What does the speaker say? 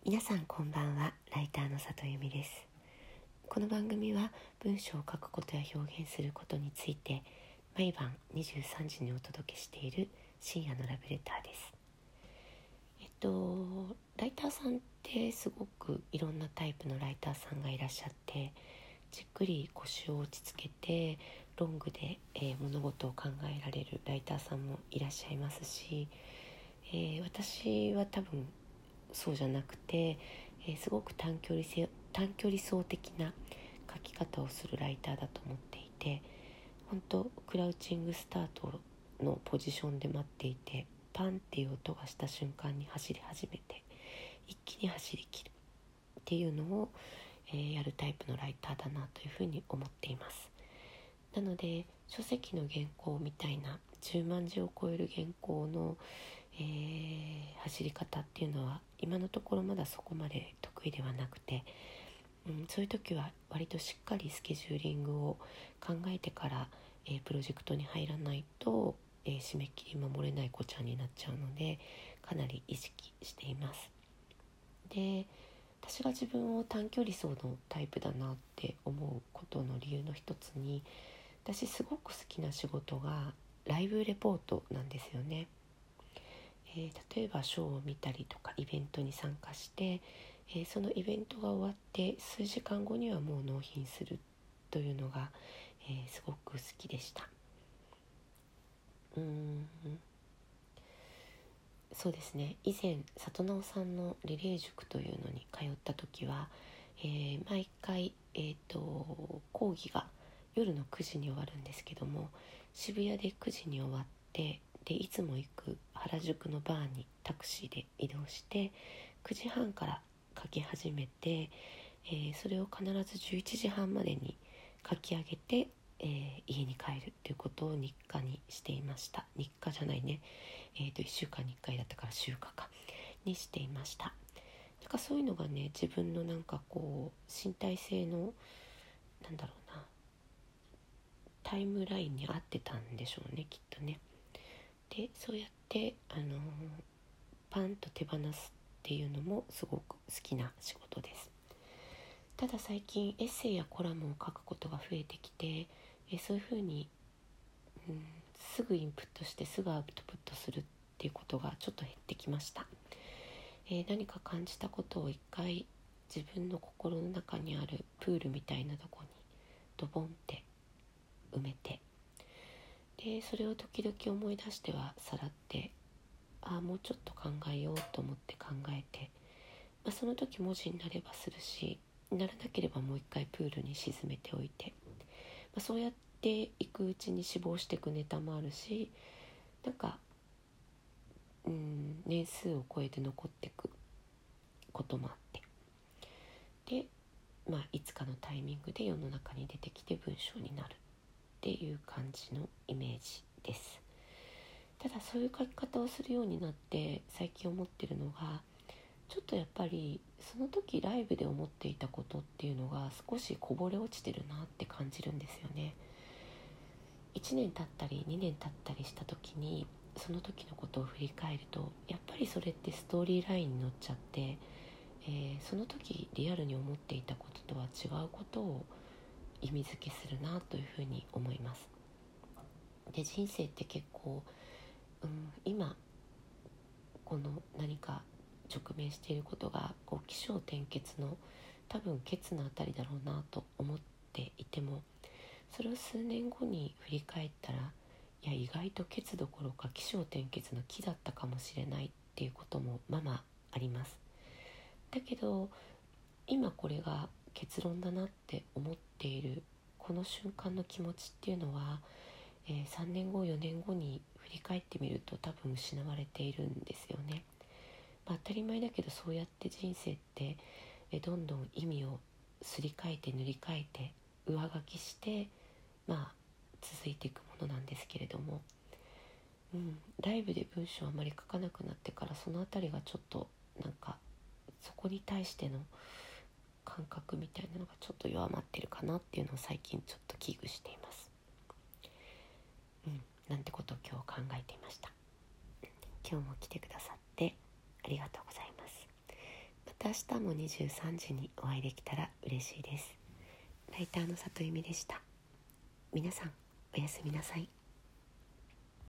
皆さんこんばんは。ライターの里由美です。この番組は文章を書くことや表現することについて毎晩23時にお届けしている深夜のラブレターです。ライターさんってすごくいろんなタイプのライターさんがいらっしゃって、じっくり腰を落ち着けてロングで、物事を考えられるライターさんもいらっしゃいますし、私は多分そうじゃなくて、すごく短距離走的な書き方をするライターだと思っていて、本当クラウチングスタートのポジションで待っていて、パンっていう音がした瞬間に走り始めて一気に走り切るっていうのを、やるタイプのライターだなというふうに思っています。なので書籍の原稿みたいな10万字を超える原稿の、走り方っていうのは今のところまだそこまで得意ではなくて、そういう時は割としっかりスケジューリングを考えてから、プロジェクトに入らないと、締め切り守れない子ちゃんになっちゃうので、かなり意識しています。で、私が自分を短距離走のタイプだなって思うことの理由の一つに、私すごく好きな仕事がライブレポートなんですよね。例えばショーを見たりとかイベントに参加して、そのイベントが終わって数時間後にはもう納品するというのが、すごく好きでした。そうですね、以前里直さんのリレー塾というのに通った時は、毎回、講義が夜の9時に終わるんですけども、渋谷で9時に終わって、でいつも行く原宿のバーにタクシーで移動して9時半から書き始めて、それを必ず11時半までに書き上げて、家に帰るということを日課にしていました。日課じゃないね、1週間に1回だったから週課かにしていました。なんかそういうのがね、自分のなんかこう身体性のタイムラインに合ってたんでしょうね、きっとね。でそうやってパンと手放すっていうのもすごく好きな仕事です。ただ最近エッセイやコラムを書くことが増えてきて、そういうふうに、すぐインプットしてすぐアウトプットするっていうことがちょっと減ってきました。何か感じたことを一回自分の心の中にあるプールみたいなとこにドボンって埋めて、でそれを時々思い出してはさらって、もうちょっと考えようと思って考えて、その時文字になればするし、ならなければもう一回プールに沈めておいて、そうやっていくうちに死亡していくネタもあるし、なんか年数を超えて残っていくこともあって、でいつかのタイミングで世の中に出てきて文章になるっていう感じのイメージです。ただそういう書き方をするようになって最近思ってるのが、ちょっとやっぱりその時ライブで思っていたことっていうのが少しこぼれ落ちてるなって感じるんですよね。1年経ったり2年経ったりした時にその時のことを振り返ると、やっぱりそれってストーリーラインに乗っちゃって、その時リアルに思っていたこととは違うことを意味付けするなというふうに思います。で人生って結構、今この何か直面していることが起承転結の多分ケツのあたりだろうなと思っていても、それを数年後に振り返ったら、いや意外とケツどころか起承転結の木だったかもしれないっていうこともあります。だけど今これが結論だなって思っているこの瞬間の気持ちっていうのは、3年後4年後に振り返ってみると多分失われているんですよね。当たり前だけど、そうやって人生ってどんどん意味をすり替えて塗り替えて上書きして続いていくものなんですけれども、ライブで文章あまり書かなくなってから、そのあたりがちょっとなんかそこに対しての感覚みたいなのがちょっと弱まってるかなっていうのを最近ちょっと危惧しています。なんてことを今日考えていました。今日も来てくださってありがとうございます。また明日も23時にお会いできたら嬉しいです。ライターの里由美でした。皆さんおやすみなさい。